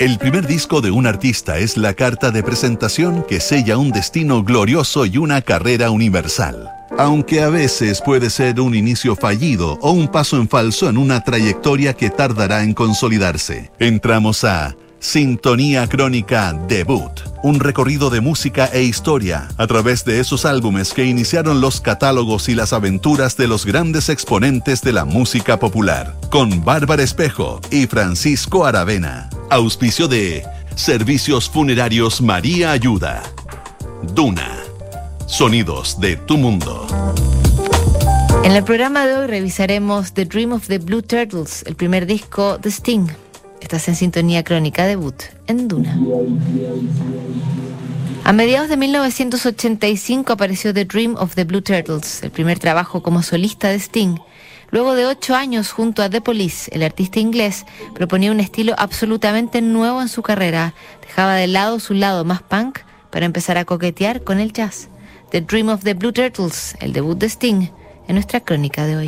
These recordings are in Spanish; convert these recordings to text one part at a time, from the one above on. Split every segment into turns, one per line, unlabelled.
El primer disco de un artista es la carta de presentación que sella un destino glorioso y una carrera universal. Aunque a veces puede ser un inicio fallido o un paso en falso en una trayectoria que tardará en consolidarse. Entramos a Sintonía Crónica Debut, un recorrido de música e historia a través de esos álbumes que iniciaron los catálogos y las aventuras de los grandes exponentes de la música popular, con Bárbara Espejo y Francisco Aravena. Auspicio de Servicios Funerarios María Ayuda. Duna. Sonidos de tu mundo.
En el programa de hoy revisaremos The Dream of the Blue Turtles, el primer disco de Sting. Estás en Sintonía Crónica Debut en Duna. A mediados de 1985 apareció The Dream of the Blue Turtles, el primer trabajo como solista de Sting. Luego de 8 años junto a The Police, el artista inglés proponía un estilo absolutamente nuevo en su carrera. Dejaba de lado su lado más punk para empezar a coquetear con el jazz. The Dream of the Blue Turtles, el debut de Sting, en nuestra crónica de hoy.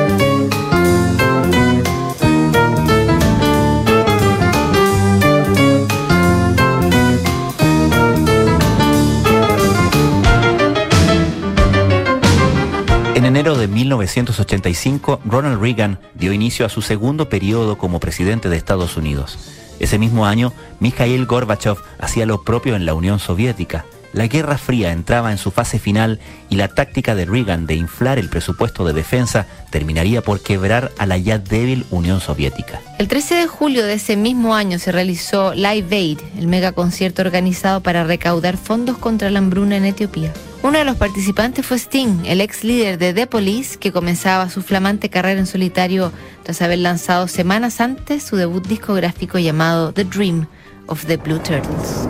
En enero de 1985, Ronald Reagan dio inicio a su segundo periodo como presidente de Estados Unidos. Ese mismo año, Mikhail Gorbachev hacía lo propio en la Unión Soviética. La Guerra Fría entraba en su fase final y la táctica de Reagan de inflar el presupuesto de defensa terminaría por quebrar a la ya débil Unión Soviética.
El 13 de julio de ese mismo año se realizó Live Aid, el megaconcierto organizado para recaudar fondos contra la hambruna en Etiopía. Uno de los participantes fue Sting, el ex líder de The Police, que comenzaba su flamante carrera en solitario tras haber lanzado semanas antes su debut discográfico llamado The Dream of the Blue Turtles.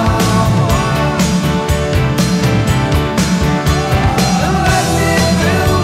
Let me build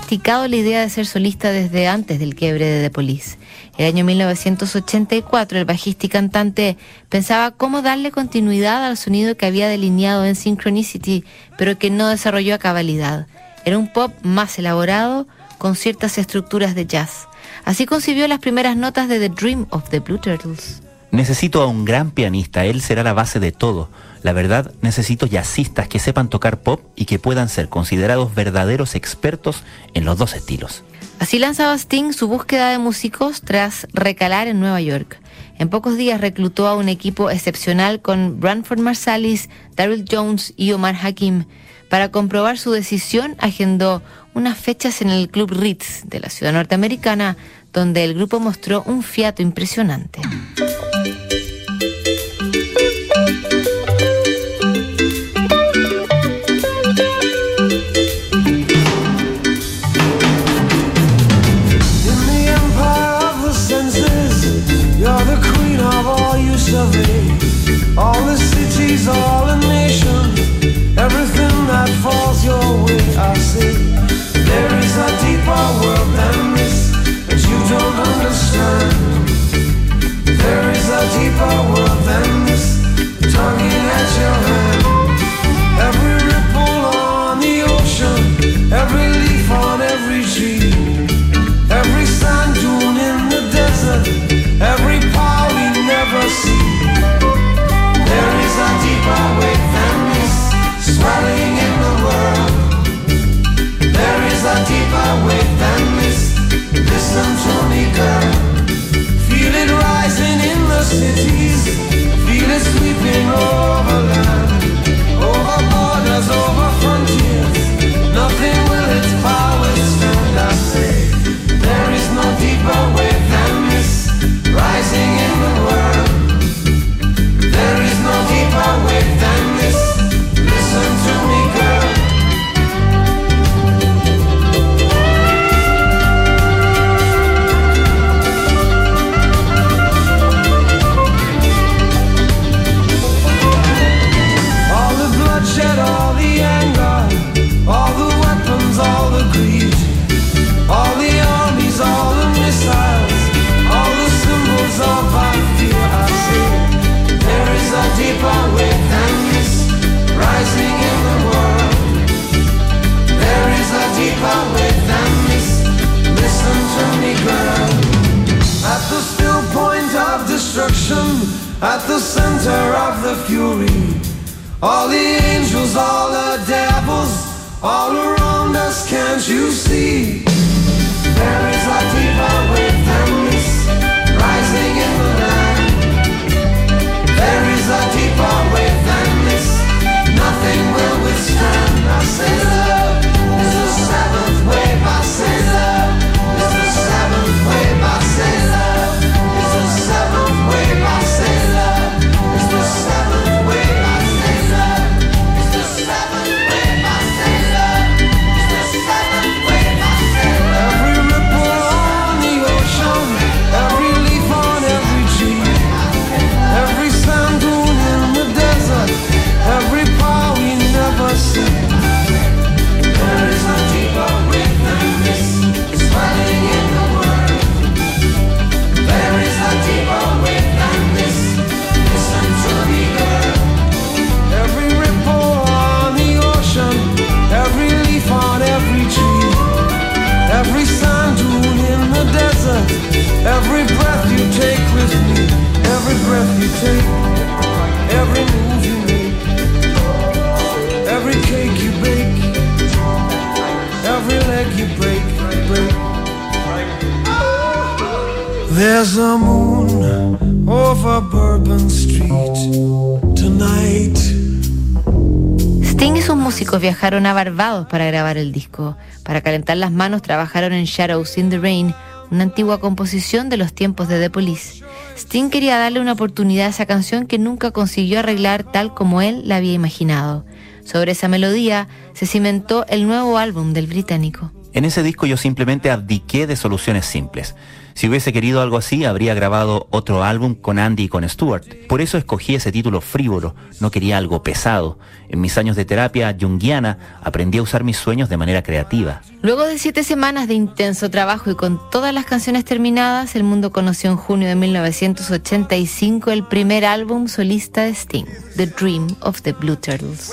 masticado la idea de ser solista desde antes del quiebre de The Police. El año 1984, el bajista y cantante pensaba cómo darle continuidad al sonido que había delineado en Synchronicity, pero que no desarrolló a cabalidad. Era un pop más elaborado, con ciertas estructuras de jazz. Así concibió las primeras notas de The Dream of the Blue Turtles.
Necesito a un gran pianista, él será la base de todo. La verdad, necesito jazzistas que sepan tocar pop y que puedan ser considerados verdaderos expertos en los dos estilos.
Así lanzaba Sting su búsqueda de músicos tras recalar en Nueva York. En pocos días reclutó a un equipo excepcional con Branford Marsalis, Darryl Jones y Omar Hakim. Para comprobar su decisión, agendó unas fechas en el Club Ritz de la ciudad norteamericana, donde el grupo mostró un fiato impresionante.
All the cities, all the nations, everything that falls your way, I say, there is a deeper world than this that you don't understand. There is a deeper world than this, tugging at your hand. Every ripple on the ocean, every leaf on every tree, every sand dune in the desert, every power we never see. There is a deeper wave than this, swelling in the world. There is a deeper wave than this, listen to me girl. Feel it rising in the cities, feel it sweeping over land, over borders, over frontiers, nothing will its power stand. I say, there is no deeper wave than this, rising in the world. There is no deeper wave than this, listen to me girl. All the bloodshed, all the anger, all the weapons, all the greed, all the armies, all the missiles, all the symbols of our fear, I say, there is a deeper wave than this, rising in the world. There is a deeper wave than this, listen to me girl. At the still point of destruction, at the center of the fury, all the angels, all the devils, all around us, can't you see? There is a deeper wave than this, rising in the land. There is a deeper wave than this, nothing will withstand. I say love is the seventh wave, I say love is the seventh wave, I say love is the seventh wave, I say love is the seventh wave, I say love is the seventh wave, I say love is the seventh wave, I say love. Every ripple on the ocean, every leaf on every tree, every sand dune in the desert, every power we never see. There is a deeper wave than this, swelling in the world. There is a deeper wave than this, listen to me girl. Every ripple on the ocean, every leaf on every tree, every sand dune in the desert, every breath you take with me, every breath you take, every move you make, every cake you bake, every leg you break. There's a moon over Bourbon Street tonight.
Sting y sus músicos viajaron a Barbados para grabar el disco. Para calentar las manos trabajaron en Shadows in the Rain, una antigua composición de los tiempos de The Police. Sting quería darle una oportunidad a esa canción que nunca consiguió arreglar tal como él la había imaginado. Sobre esa melodía se cimentó el nuevo álbum del británico.
En ese disco yo simplemente abdiqué de soluciones simples. Si hubiese querido algo así, habría grabado otro álbum con Andy y con Stuart. Por eso escogí ese título frívolo, no quería algo pesado. En mis años de terapia junguiana aprendí a usar mis sueños de manera creativa.
Luego de 7 semanas de intenso trabajo y con todas las canciones terminadas, el mundo conoció en junio de 1985 el primer álbum solista de Sting, The Dream of the Blue Turtles.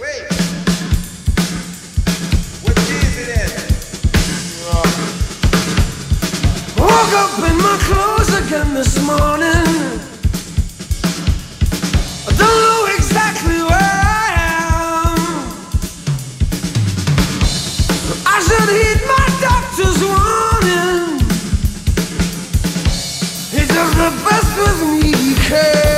Woke up in my clothes again this morning. I don't know exactly where I am. I should heed my doctor's warning. He does the best with me he can.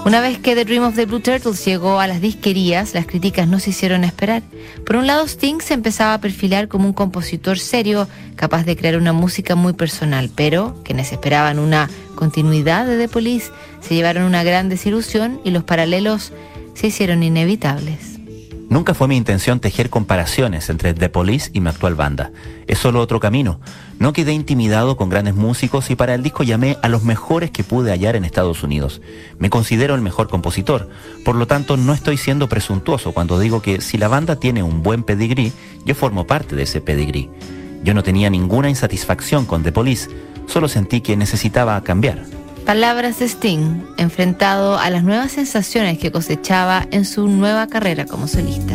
Una vez que The Dream of the Blue Turtles llegó a las disquerías, las críticas no se hicieron esperar. Por un lado, Sting se empezaba a perfilar como un compositor serio, capaz de crear una música muy personal, pero quienes esperaban una continuidad de The Police se llevaron una gran desilusión y los paralelos se hicieron inevitables.
Nunca fue mi intención tejer comparaciones entre The Police y mi actual banda. Es solo otro camino. No quedé intimidado con grandes músicos y para el disco llamé a los mejores que pude hallar en Estados Unidos. Me considero el mejor compositor, por lo tanto no estoy siendo presuntuoso cuando digo que si la banda tiene un buen pedigrí, yo formo parte de ese pedigrí. Yo no tenía ninguna insatisfacción con The Police, solo sentí que necesitaba cambiar.
Palabras de Sting, enfrentado a las nuevas sensaciones que cosechaba en su nueva carrera como solista.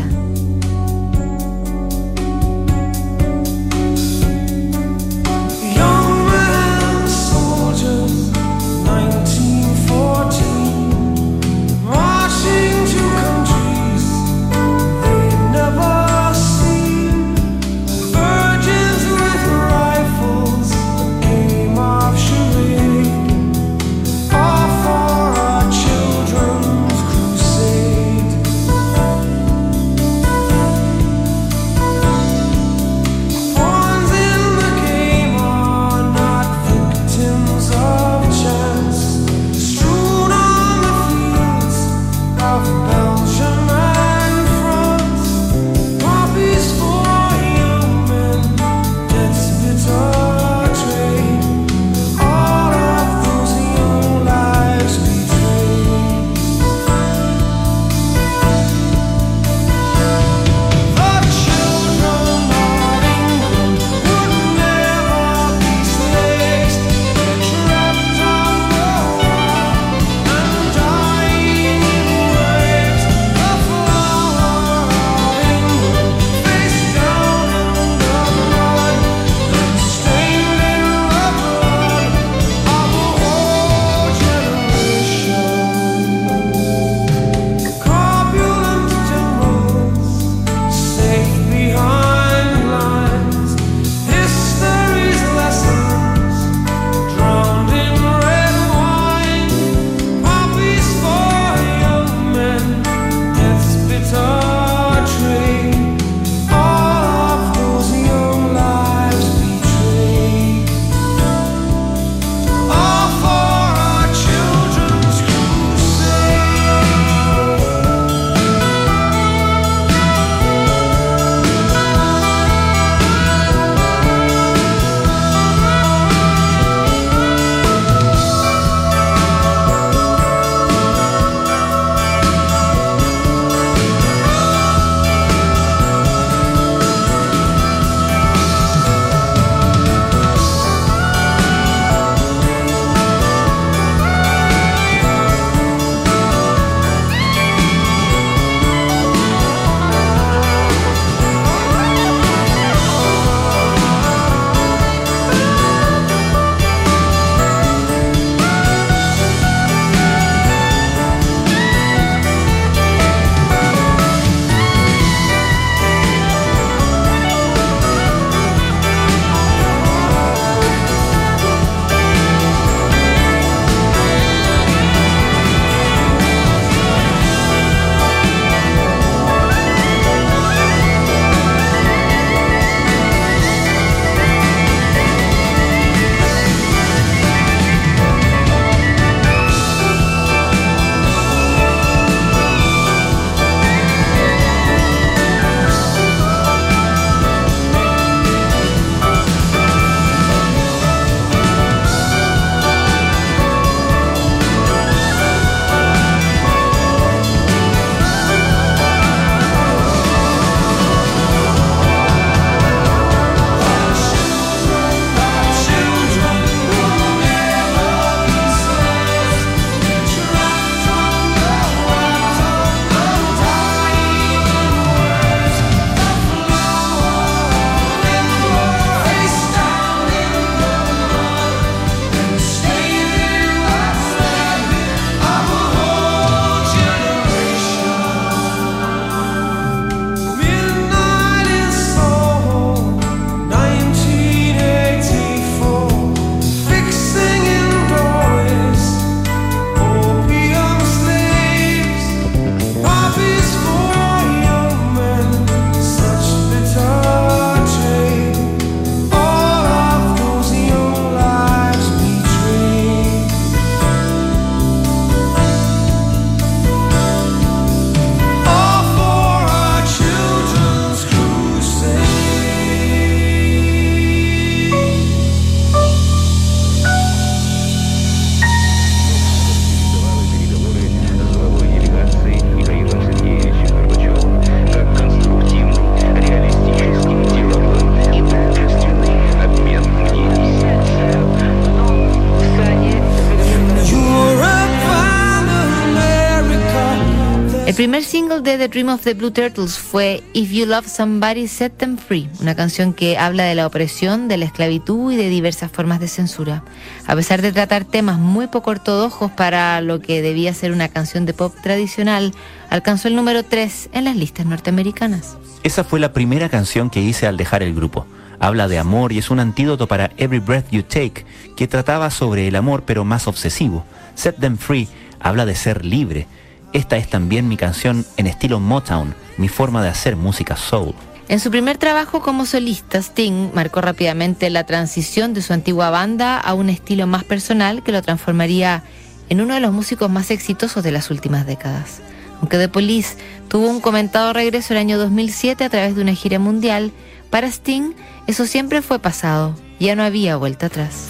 El primer single de The Dream of the Blue Turtles fue If You Love Somebody, Set Them Free, una canción que habla de la opresión, de la esclavitud y de diversas formas de censura. A pesar de tratar temas muy poco ortodoxos para lo que debía ser una canción de pop tradicional, alcanzó el número 3 en las listas norteamericanas.
Esa fue la primera canción que hice al dejar el grupo. Habla de amor y es un antídoto para Every Breath You Take, que trataba sobre el amor pero más obsesivo. Set Them Free habla de ser libre. Esta es también mi canción en estilo Motown, mi forma de hacer música soul.
En su primer trabajo como solista, Sting marcó rápidamente la transición de su antigua banda a un estilo más personal que lo transformaría en uno de los músicos más exitosos de las últimas décadas. Aunque The Police tuvo un comentado regreso el año 2007 a través de una gira mundial, para Sting eso siempre fue pasado, ya no había vuelta atrás.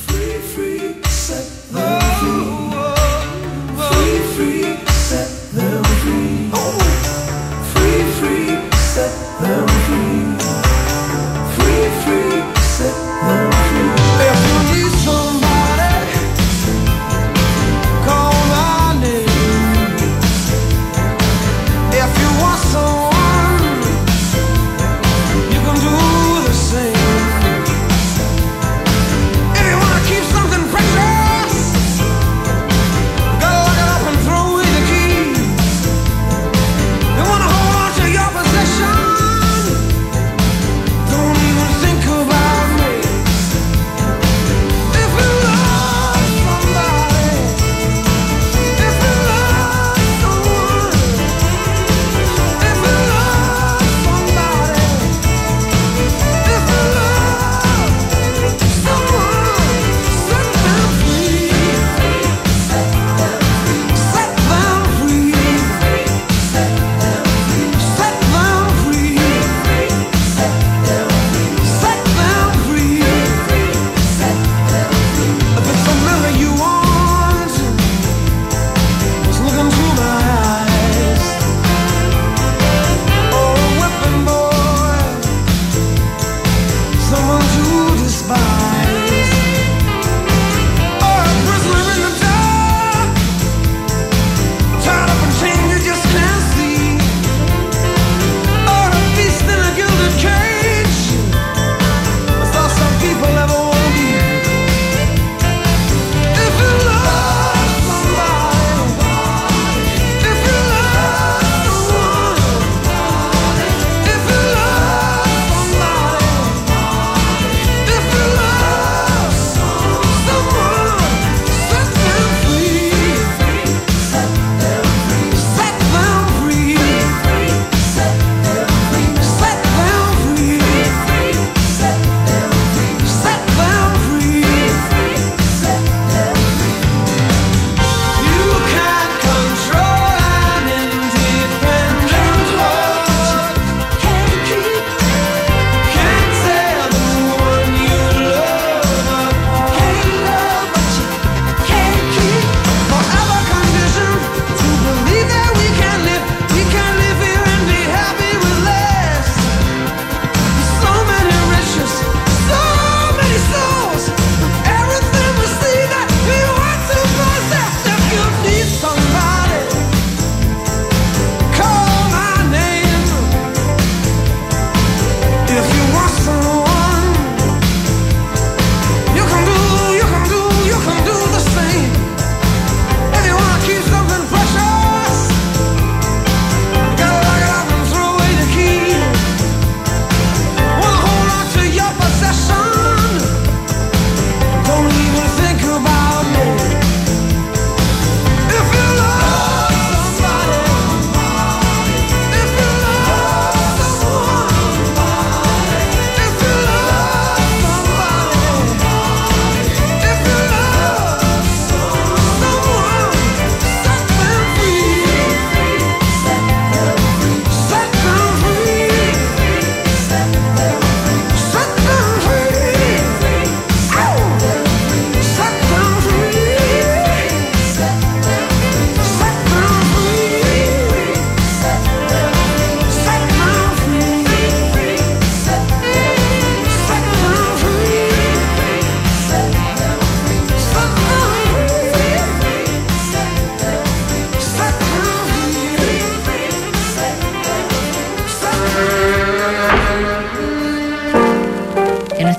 If you wanna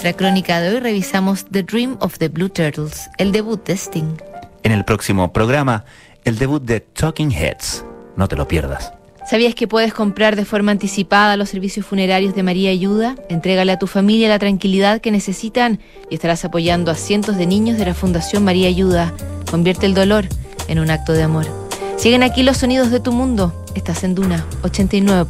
nuestra crónica de hoy revisamos The Dream of the Blue Turtles, el debut de Sting.
En el próximo programa, el debut de Talking Heads. No te lo pierdas.
¿Sabías que puedes comprar de forma anticipada los servicios funerarios de María Ayuda? Entrégale a tu familia la tranquilidad que necesitan y estarás apoyando a cientos de niños de la Fundación María Ayuda. Convierte el dolor en un acto de amor. Siguen aquí los sonidos de tu mundo. Estás en Duna 89.